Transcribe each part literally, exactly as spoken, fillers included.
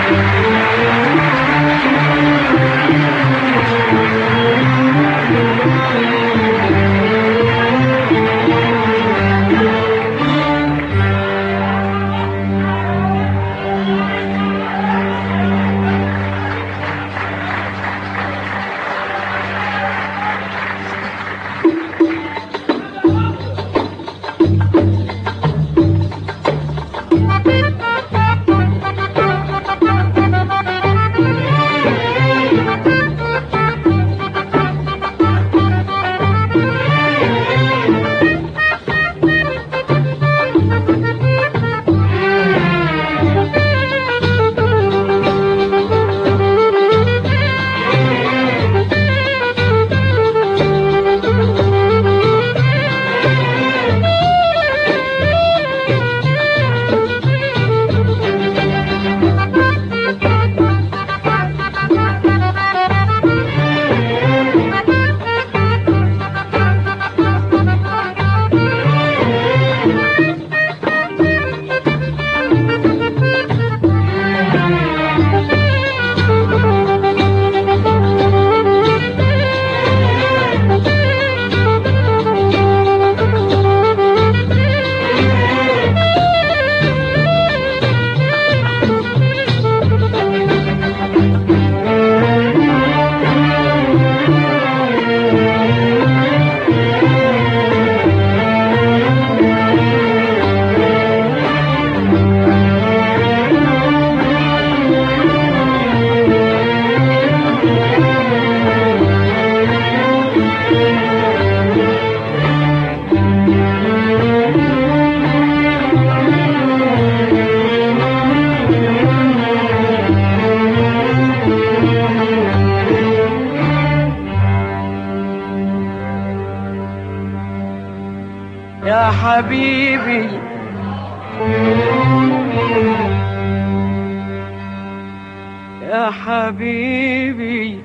يا حبيبي يا حبيبي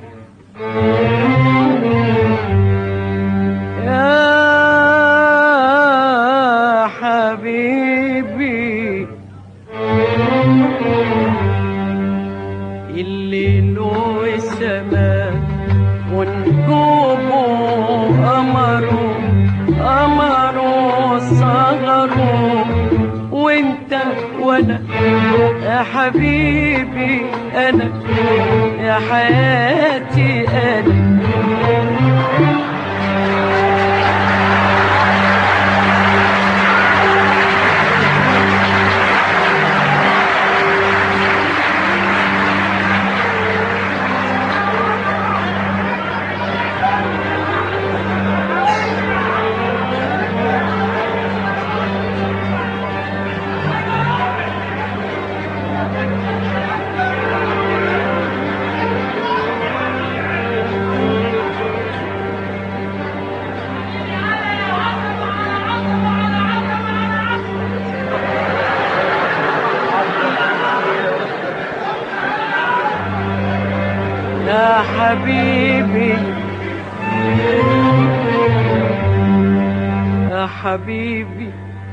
يا حبيبي الليل والسماء ونجومه قمره قمره صغره وانت وانا يا حبيبي انا يا حياتي انا يا حبيبي يا حبيبي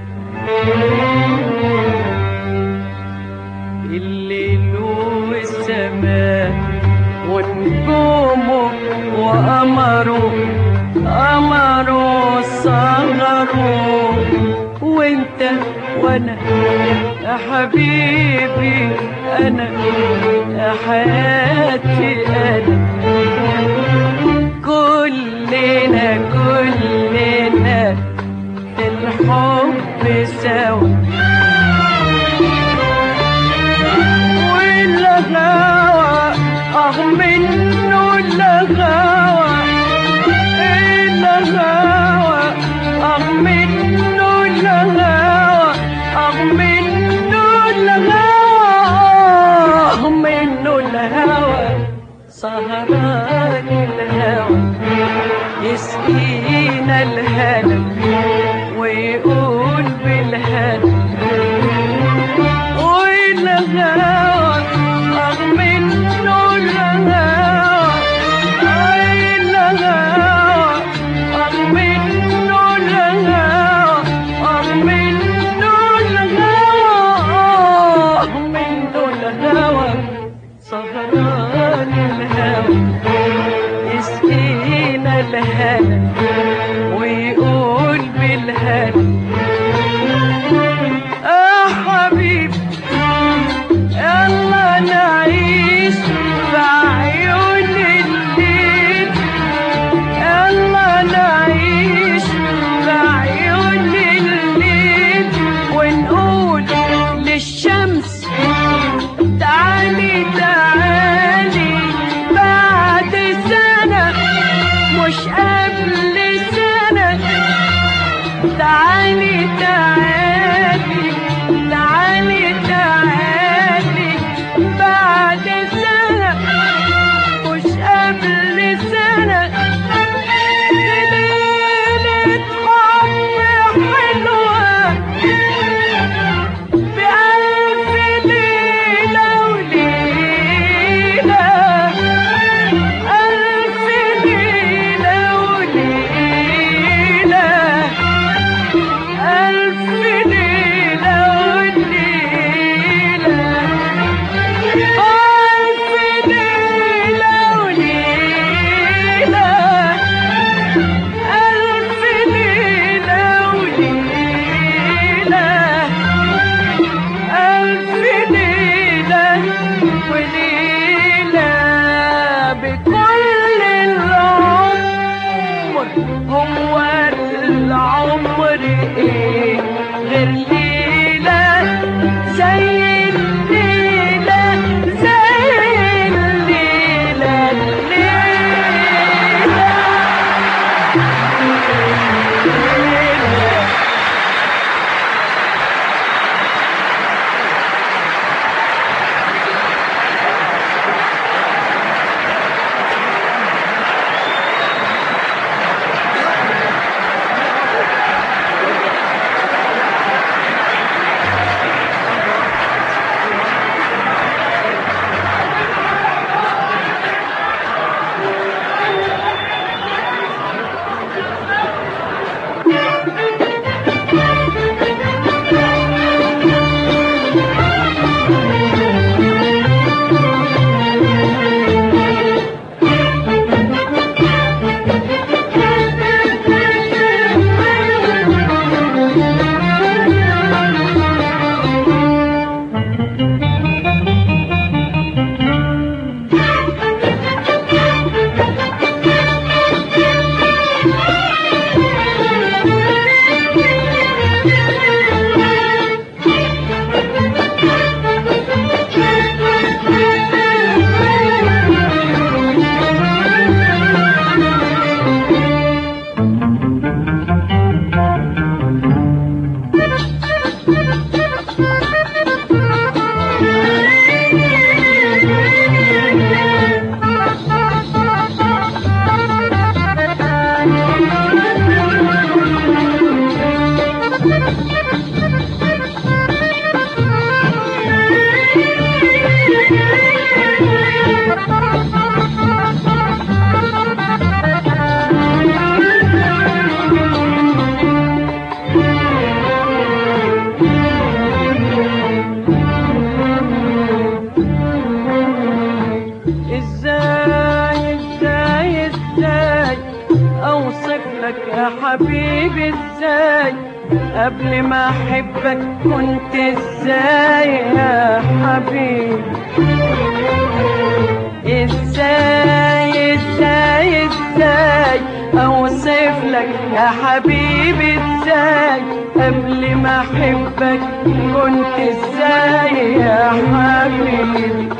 الليل والسماء ونجومه وقمره قمره صغره وانت وانا يا حبيبي انا يا حياتي انا كلنا كلنا في الحب سوا والغاوى اه منه الغاوى الغاوى اه منه الغاوى اه منه الغاوى منه الهوى سهران الهوى يسقينا الهنا ويقول بالهنا بالهنا ويقول بالهنا اه حبيبي يلا نعيش في عيون الليل يلا نعيش في عيون الليل ونقول للشمس تعالي تعالي بعد سنة مش قبل سنة تعالي تعالي تعالي تعالي بعد سنة مش قبل سنة ليلة حب حلوة بألف ليلة وليلة ألف ليلة وليلة ألف ليلة وليلة ألف ليلة وليلة ألف ليلة وليلة ألف ليلة وليلة بكل العمر هو العمر ايه غير ليلة زي الليلة زي الليلة الليلة يا حبيبي ازاي قبل ما احبك كنت ازاي يا حبيبي ازاي ازاي ازاي اوصف لك يا حبيبي ازاي قبل ما احبك كنت ازاي يا حبيبي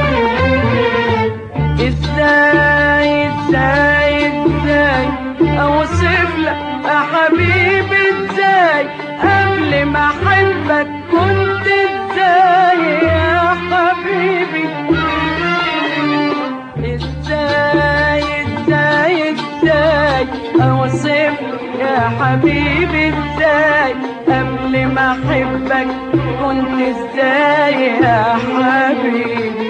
ازاي ازاي ازاي اوصف لك يا حبيبي ازاي قبل ما احبك كنت ازاي يا حبيبي ازاي ازاي ازاي اوصف لك يا حبيبي ازاي قبل ما احبك كنت ازاي يا حبيبي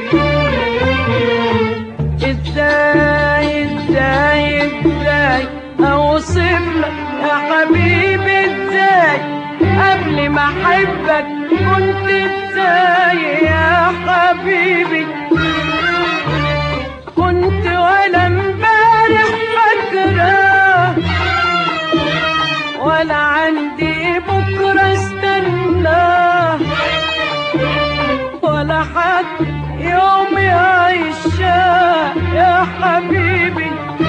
ازاي ازاي ازاي اوصف لك يا حبيبي ازاي قبل ما احبك كنت ازاي يا حبيبي كنت ولا امبارح فاكره يوم عيشاه يا حبيبي،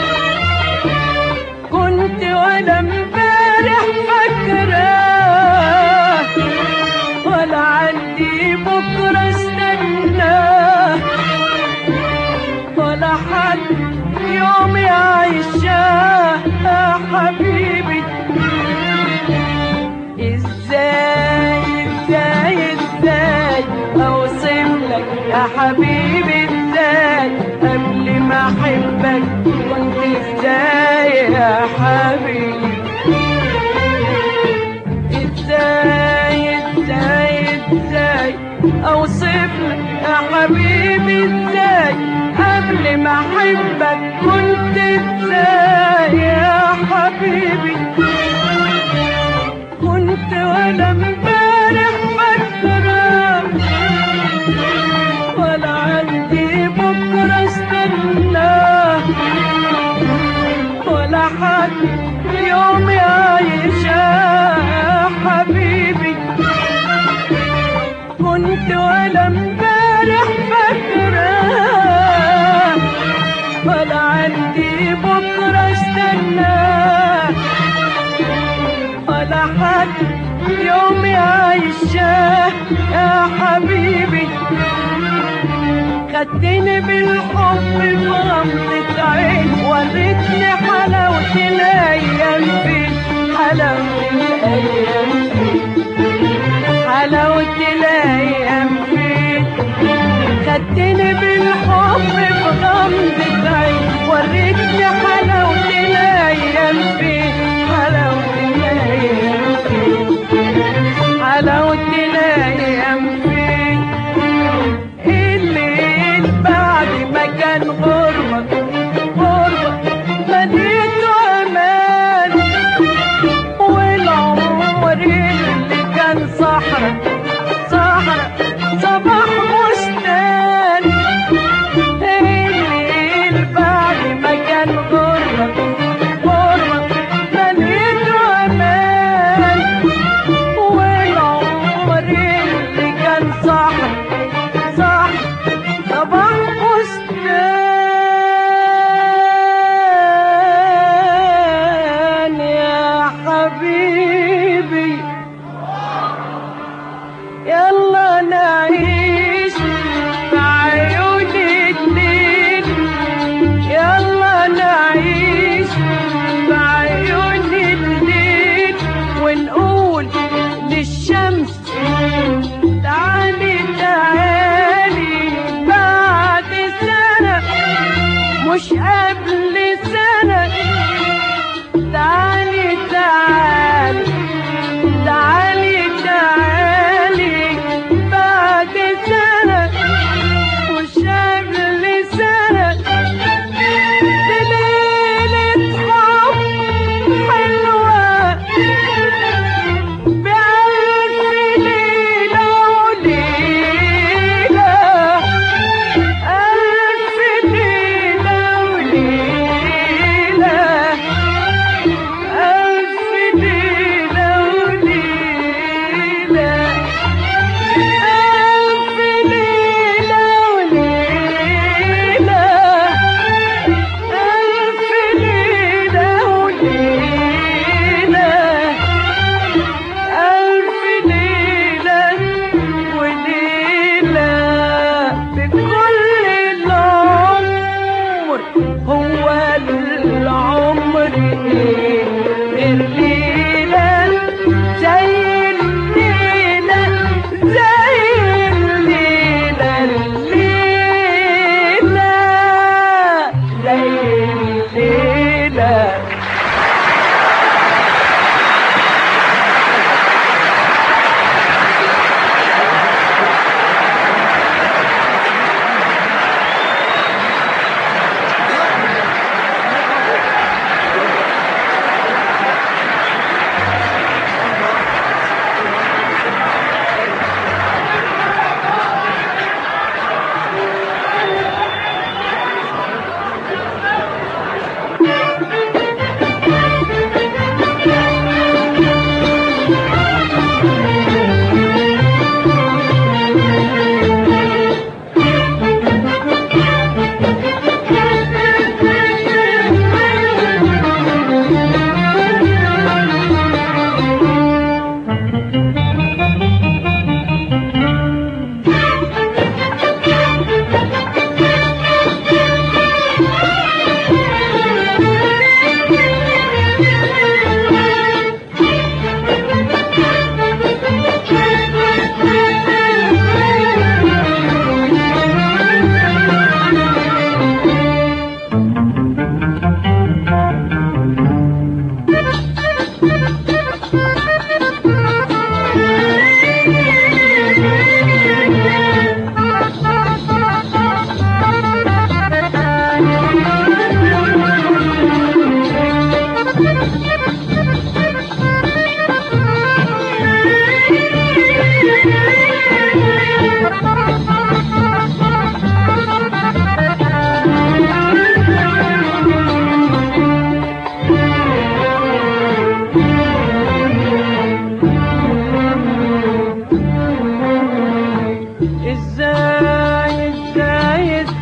كنت ولا امبارح فاكراه، ولا عندي بكره استناه، ولا حد يوم عيشاه يا حبيبي. ازاي ازاي ازاي اوصف لك يا حبيبي، ازاي قبل ما احبك كنت ازاي يا حبيبي. ازاي ازاي ازاي اوصف لك يا حبيبي، ازاي قبل ما احبك كنت ازاي يا حبيبي. كنت ولا امبارح فاكرة، ولا عندي بكرة استناه، ولا حد يوم عايشاه يا حبيبي. كنت ولا امبارح فاكرة، ولا عندي بكرة استناه، ولا حد يوم عايشاه يا حبيبي. خدتني بالحب بغمضة عين، وريتني حلاوة الأيام فين، حلاوة الأيام فين، حلاوة الأيام فين. خدتني بالحب بغمضة عين، وريتني حلاوة الأيام فين، حلاوة الأيام فين، حلاوة الأيام فين. الليل بعد ما كان غربة غربة مديته أمان، والعمر اللي كان صحرا صحرا صباح بستان. الليل بعد ما كان غربة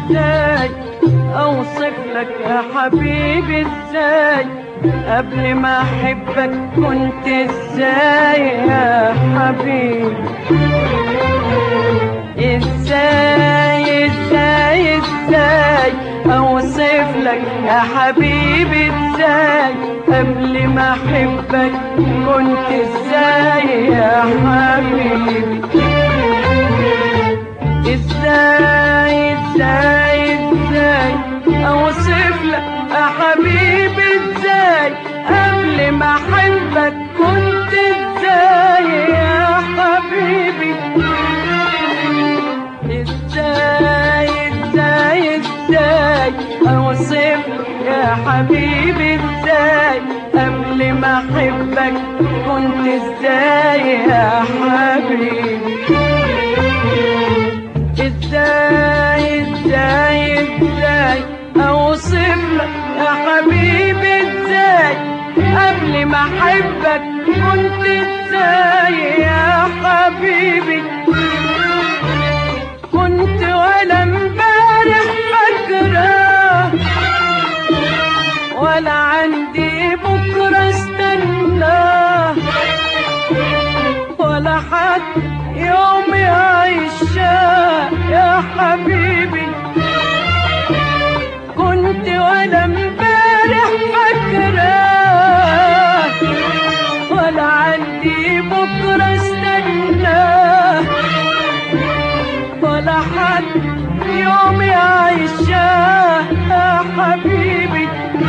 ازاي اوصف لك يا حبيبي ازاي قبل ما احبك كنت ازاي يا حبيبي ازاي ازاي ازاي اوصف لك يا حبيبي ازاي قبل ما احبك كنت ازاي يا حبيبي ازاي ازاي ازاي اوصف لك يا حبيبي ازاي قبل ما احبك كنت ازاي يا حبيبي ازاي ازاي ازاي اوصف يا حبيبي ازاي قبل ما احبك كنت ازاي يا حبيبي ازاي ازاي ازاي اوصف لك يا حبيبي ازاي قبل ما احبك كنت ازاي يا حبيبي كنت ولا امبارح فاكره ولا عندي بكره استناه ولا حد يوم يعيشها يا حبيبي كنت ولا امبارح فاكره ولا عندي بكره استناه ولا حد يوم يعيشها يا حبيبي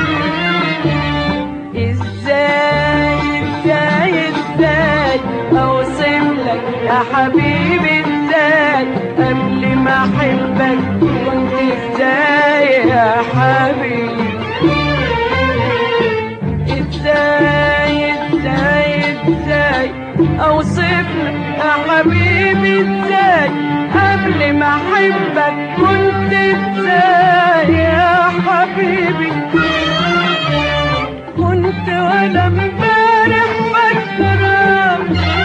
ازاي ازاي ازاي اوصف لك يا حبيبي ازاي قبل ما احبك كنت ازاي يا حبيبي ازاي ازاي ازاي اوصف لك يا حبيبي ازاي قبل ما احبك كنت ازاي يا حبيبي كنت ولا امبارح فاكره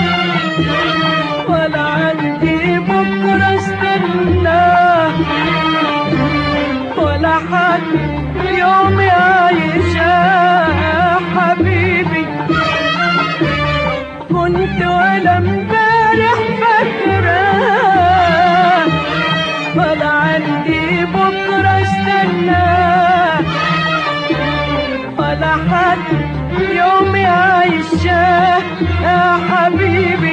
ولا عندي بكره استناه ولا حد يوم يعيشها يا حبيبي كنت ولا امبارح فاكره ولا عندي بكره استناه ولا حد يوم يعيشها يا حبيبي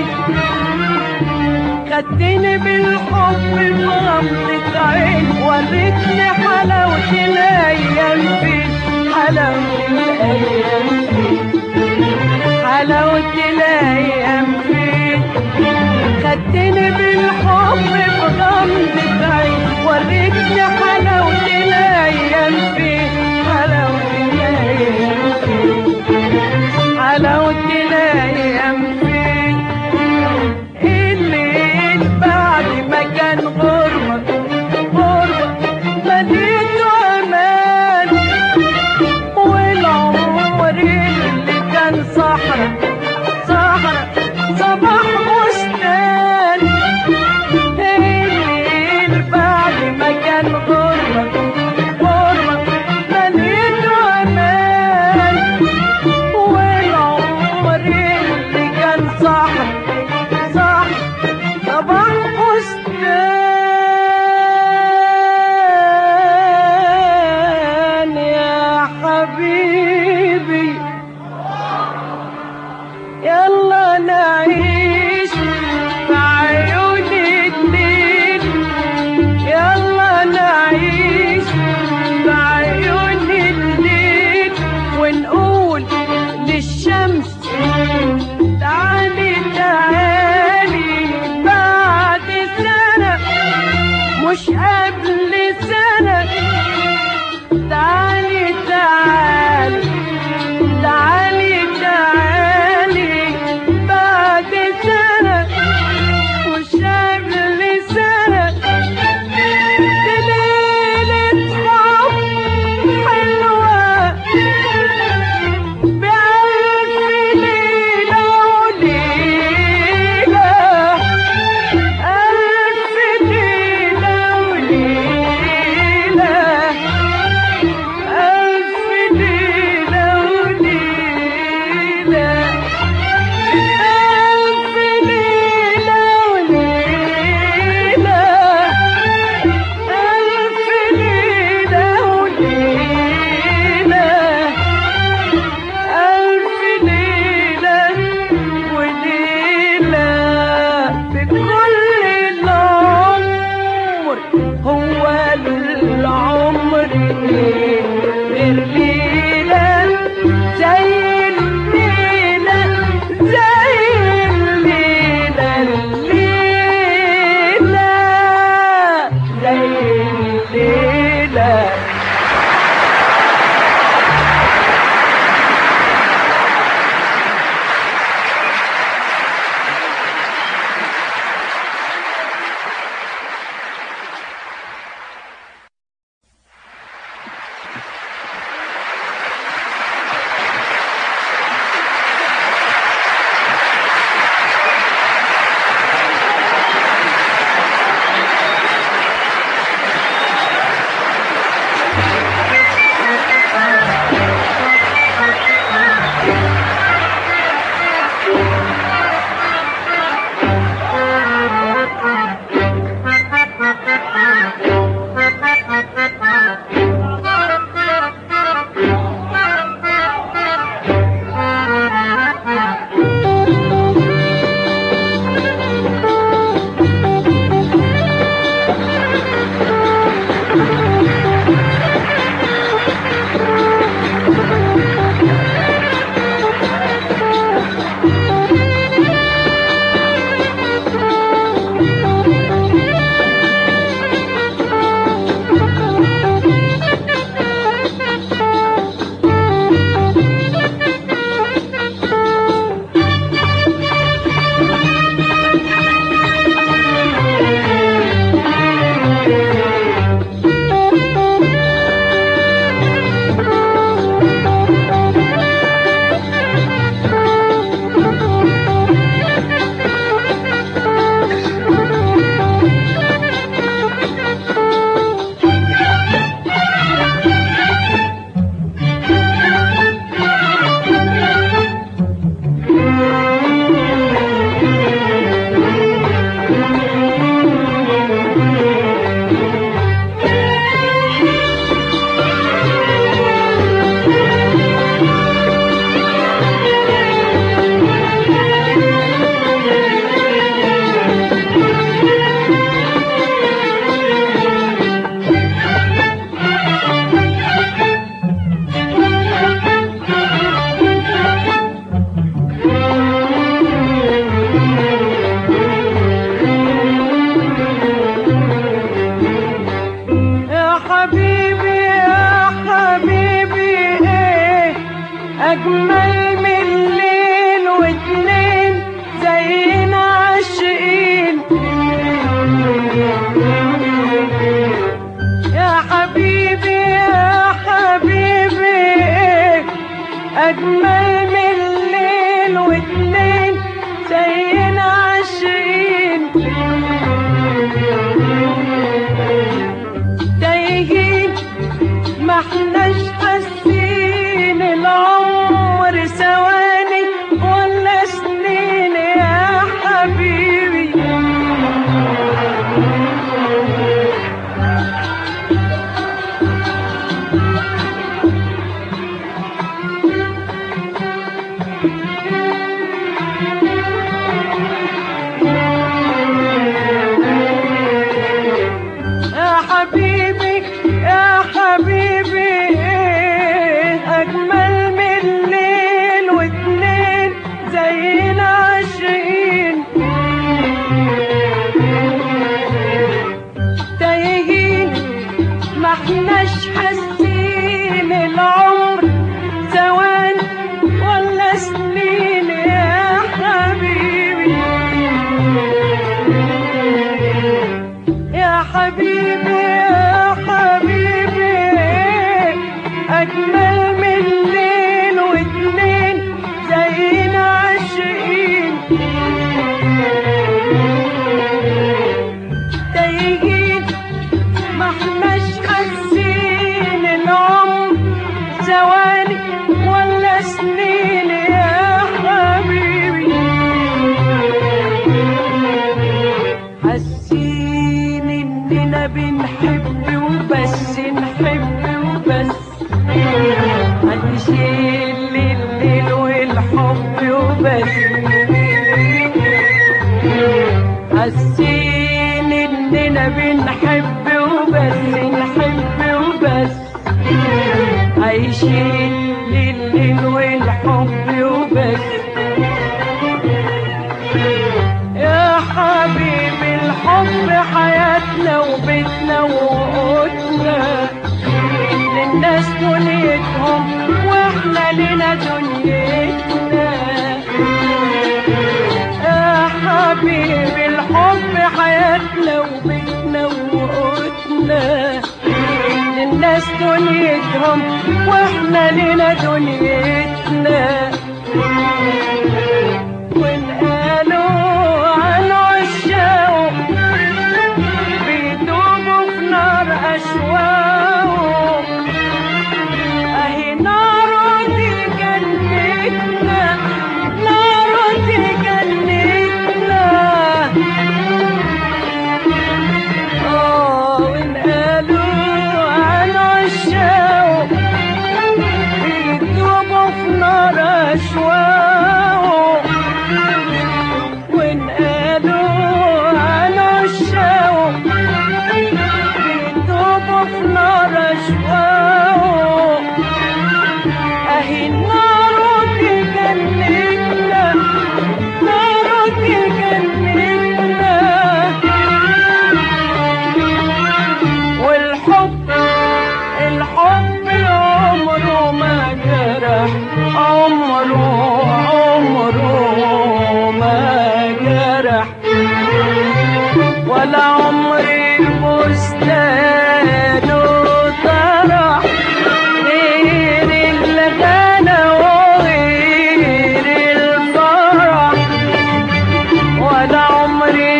خدتني بالحب بغمضة عين وريتني حلاوة الأيام فين حلاوة الأيام فين حلاوة الأيام فين خدتني بالحب بغمضة عين وريتني حلاوة الأيام فين حلاوة الأيام فين حلاوة الأيام فين الليل بعد ما كان غربة غربة مدينته أمان والعمر اللي كان صحرا صحرا صباح بستان الليل بعد ما كان غربة غير ليلة زي الليلة زي الليلة الليلة زي الليلة. أجمل من ليل واتنين زينا عاشقين يا حبيبي يا حبيبي. أجمل من ليل واتنين زينا عاشقين تايهين ما احناش حاسين العمر ثواني ولا سنين يا حبيبي. يا حبيبي يا حبيبي أجمل من ليل واتنين زينا عاشقين تايهين ما احناش حاسين العمر ثواني ولا سنين يا حبيبي. يا حبيبي يا حبيبي أجمل من ليل واتنين زينا عاشقين تايهين ما احناش حاسين العمر ثواني ولا سنين يا حبيبي. حاسين إننا بنحب وبس نحب وبس هنشيل الليل والحب وبس. حاسين إننا بنحب وبس نحب وبس للناس دنيتهم واحنا لنا دنيتنا. يا حبيبي الحب حياتنا وبيتنا وقوتنا، للناس دنيتهم واحنا لنا دنيتنا. وإن قالوا عن عشاق بيدوبوا في نار أشواق، أهي ناره دي جنتنا، ناره دي جنتنا. آه وإن قالوا عن عشاق بيدوبوا في نار أشواق، وإن قالوا عن عشاق بيدوبوا في نار أشواق، أهي النار دي جنتنا، نار دي جنتنا. والحب الحب عمره ما جرح، عمره عمره ما جرح، ولا عمري بستان طرح غير الغنى وغير الفرح، ولا عمري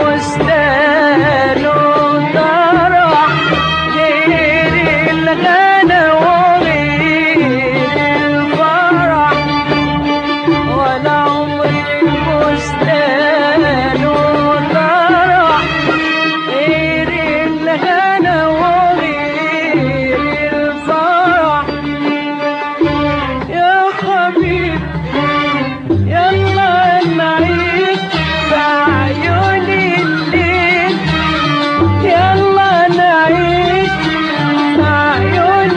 بستان طرح غير الغنى وغير الفرح، ولا عمري بستان طرح غير الغنى وغير الفرح. يا حبيبي يلا نعيش بعيون الليل، يلا نعيش بعيون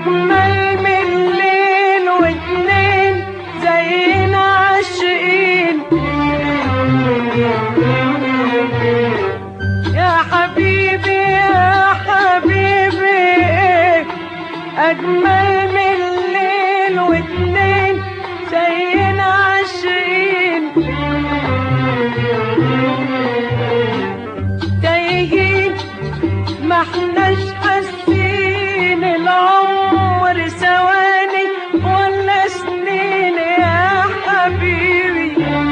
أجمل من ليل واتنين زينا عاشقين. يا حبيبي يا حبيبي أجمل من ليل واتنين زينا عاشقين. تايهين ما احناش حاسين العمر ثواني ولا سنين يا حبيبي.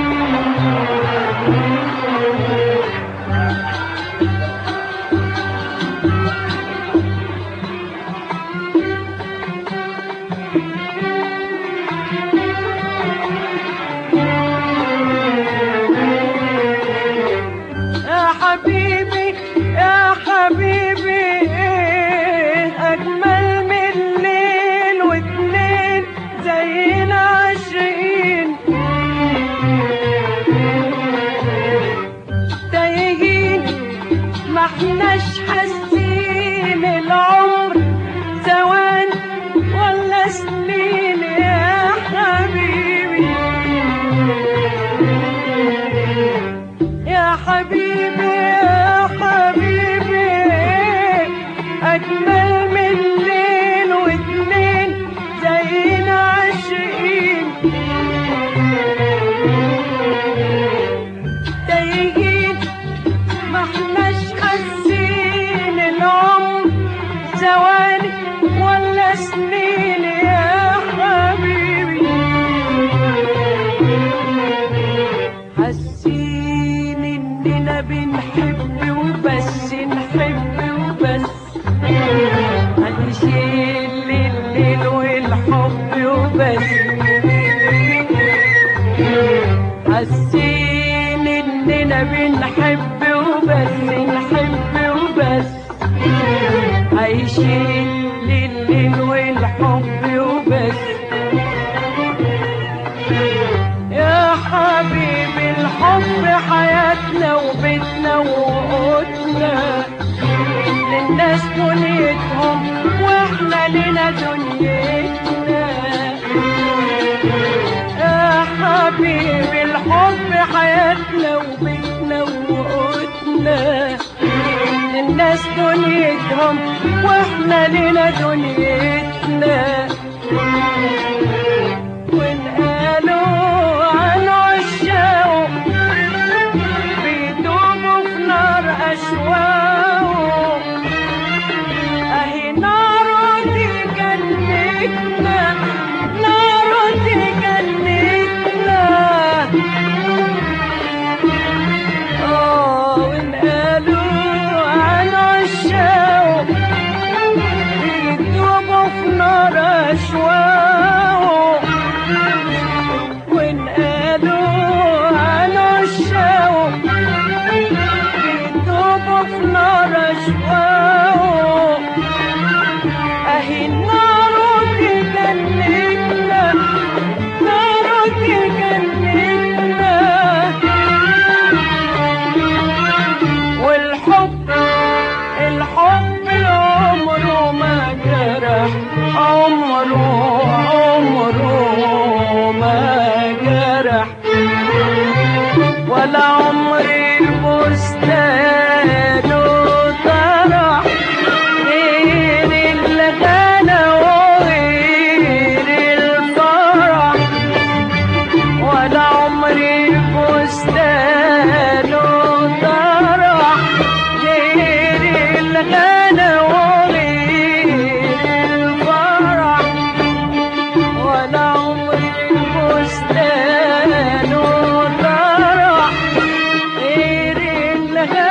يا حبيبي يا حبيبي أجمل من ليل واتنين زينا عاشقين. تايهين ما احناش حاسين العمر ثواني ولا سنين يا حبيبي. يا حبيبي يا حبيبي أجمل من ليل واتنين زينا عاشقين. تايهين ما احناش حاسين العمر ثواني ولا سنين يا حبيبي. حاسين إننا بنحب وبس نحب وبس هنشيل الليل والحب وبس. حاسين إننا بنحب وبس نحب وبس هيشيل الليل والحب وبس. يا حبيبي الحب حياتنا وبيتنا وقوتنا للناس دنيتهم واحنا لنا دنيتنا. يا حبيبي الحب حياتنا وبيتنا وقوتنا للناس دنيتهم واحنا لنا دنيتنا. ونقالوا عن عشاقه بيدوبوا في نار أشواقه أهي ناره دي جنتنا ناره دي جنتنا. اه ونقالوا عن عشاقه بيدوبوا في نار أشواقه ونقالوا عن عشاقه بيدوبوا في نار أشواقه أهي ناره دي جنتنا ناره دي جنتنا. والحب الحب عمره ما جرح عمره عمره ما جرح ولا عمري البستان طرح غير الغنى وغير الفرح. ولا عمري البستان طرح غير الغنى وغير الفرح. ولا عمري البستان طرح غير الغنى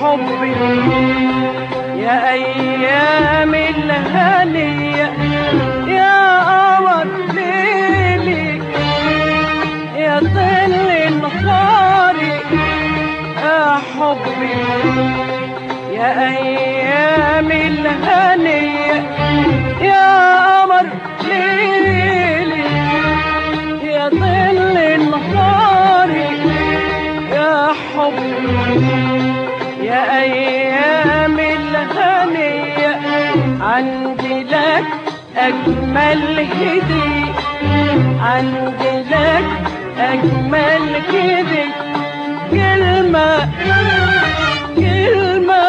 حبي يا أيام الهنية يا قمر ليلي يا ظل نهاري يا حبي يا أيام الهنية يا قمر ليلي يا ظل نهاري يا حبي يا أيام الهنية عندي لك أجمل هدية عندي لك أجمل هدية كلمة كلمة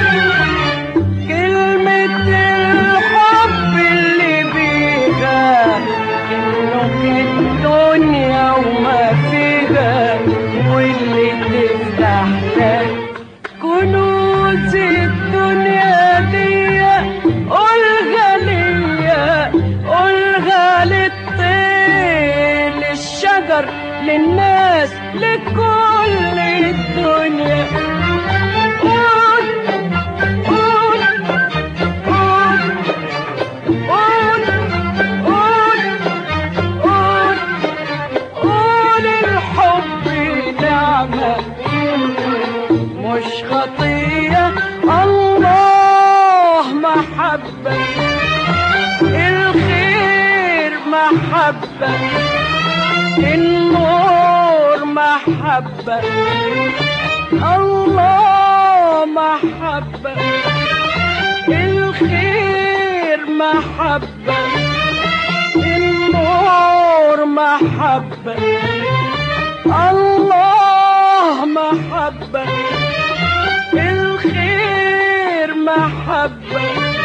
كلمة الحب اللي بيها إنه الدنيا وما فيها واللي تفتح لك كنوز الدنيا دي قولها ليا قولها للطير للشجر للناس لكل الدنيا قول قول قول قول قول قول قول الحب نعمة مش خطية الله محبة الخير محبة النور محبة الله محبة الخير محبة النور محبة الله محبة الخير محبة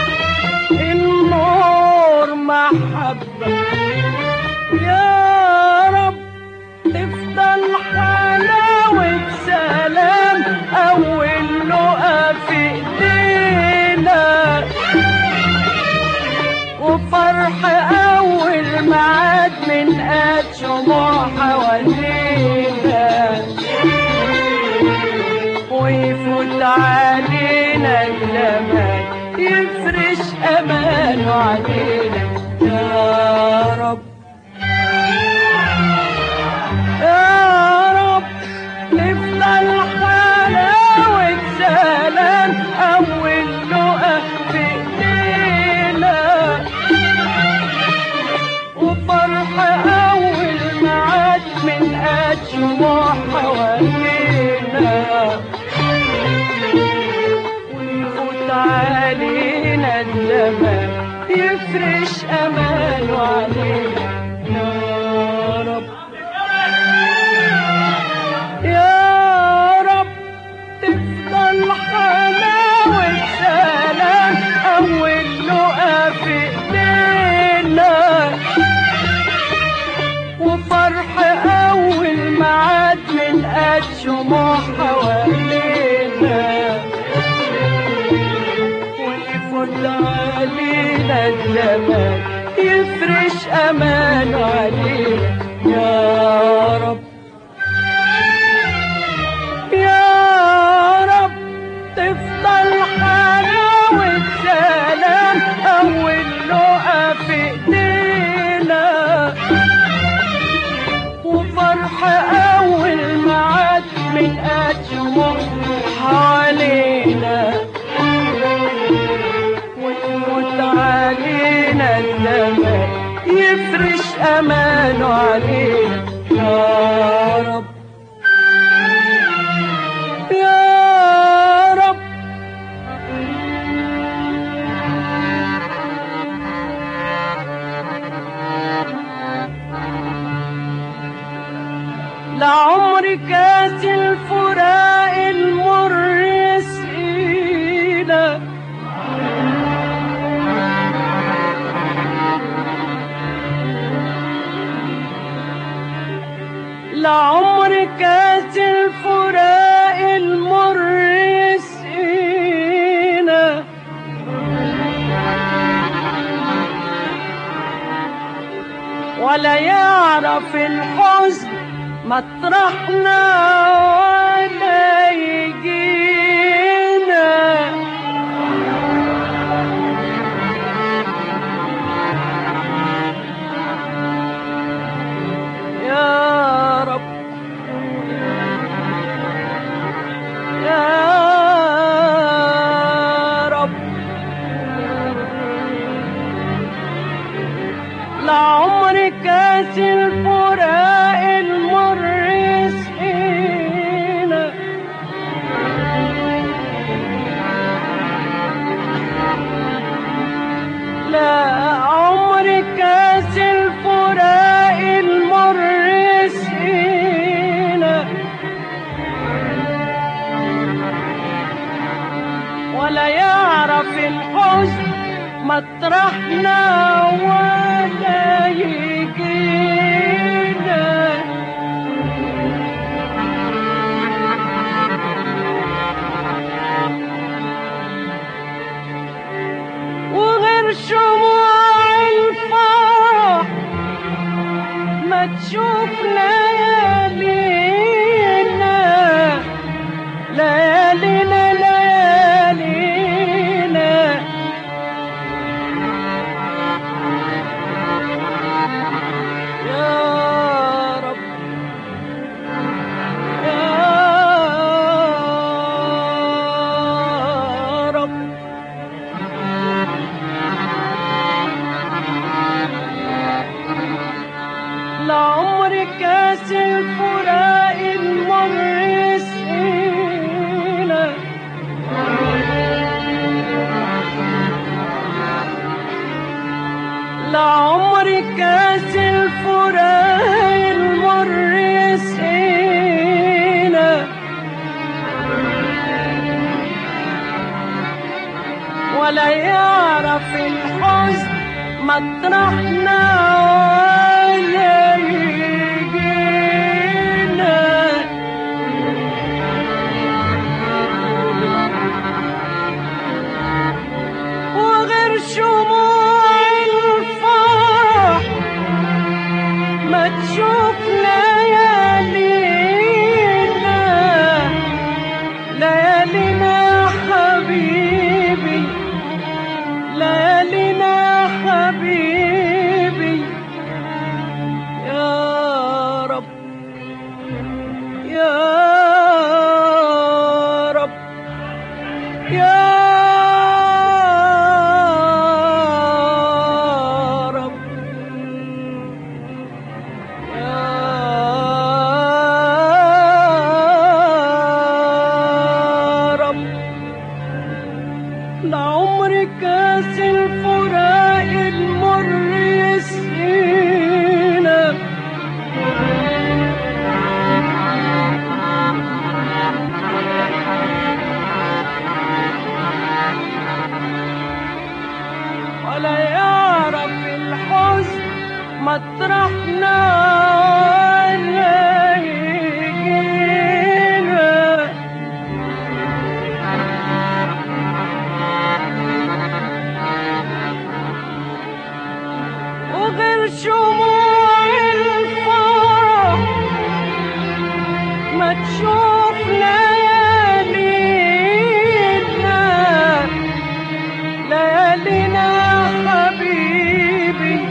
النور محبة يا رب تفضل حلاوة سلام أول لقا في إيدينا وفرح أول معاد من قد شموع حوالينا ويفوت علينا الزمان يفرش أمانه علينا يا رب يا رب نفضل حلاوة سلام أول لقا في إيدينا وفرح أول معاد من قد شموع حوالينا ويفوت علينا الزمان يفرش أمانه علينا يا رب يا رب تفضل حلاوة سلام أول لقا في إيدينا وفرح أول معاد من قد شموع حوالينا ويفوت علينا الزمان يفرش أمانه علينا يا رب يا رب تفضل حلاوة سلام أول لقا في إيدينا وفرح أول معاد من قد شموع حوالينا ويفوت علينا الزمان يفرش أمانه علينا يا رب يا رب لعمر كاس الفراق المر يسقينا لعمر كاس الفراق المر يسقينا ولا يعرف الحزن مطرحنا ولا يجينا لعمر كاس الفراق المر يسقينا. لا عمر كاس الفراق المر يسقينا، ولا يعرف الحزن مطرحنا ولا يجينا. وغير شموع الفرح ما تشوف ليالينا، ليالينا ليالينا. يا رب يا رب لعمر كاس الفراق المر يسقينا. لعمر كاس الفراق المر يسقينا، ولا يعرف الحزن مطرحنا ولا يجينا. وغير شموع الفرح ما تشوف ليالينا، ليالينا حبيبي، ليالينا حبيبي. يا رب يا رب يا رب يا رب. لعمر كاس الفراق المر يسقينا، ولا يعرف الحزن مطرحنا ولا يجينا. وغير شموع الفرح ما تشوف ليالينا، ليالينا حبيبي.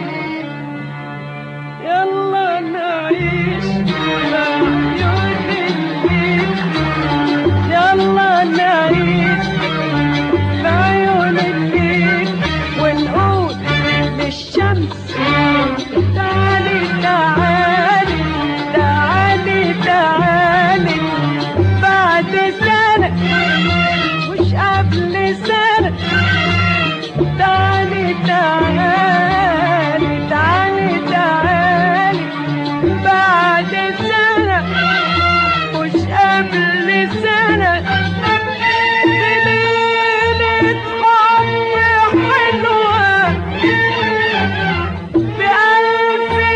يلا نعيش بعيون الليل، يلا نعيش بعيون الليل، ونقول للشمس تعالي تعالي تعالي تعالي. بعد سنة مش قبل سنة، تعالي تعالي تعالي تعالي. بعد سنة مش قبل سنة، بليلة حب حلوة بألف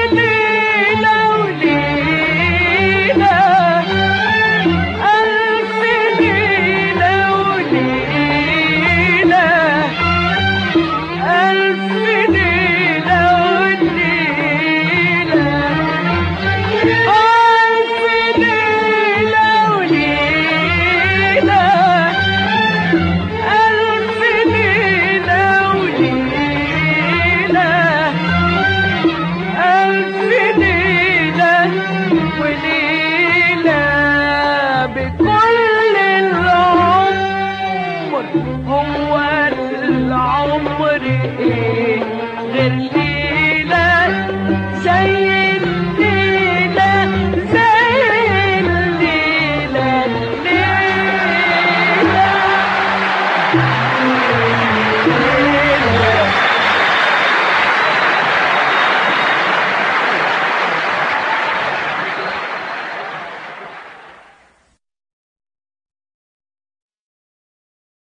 زي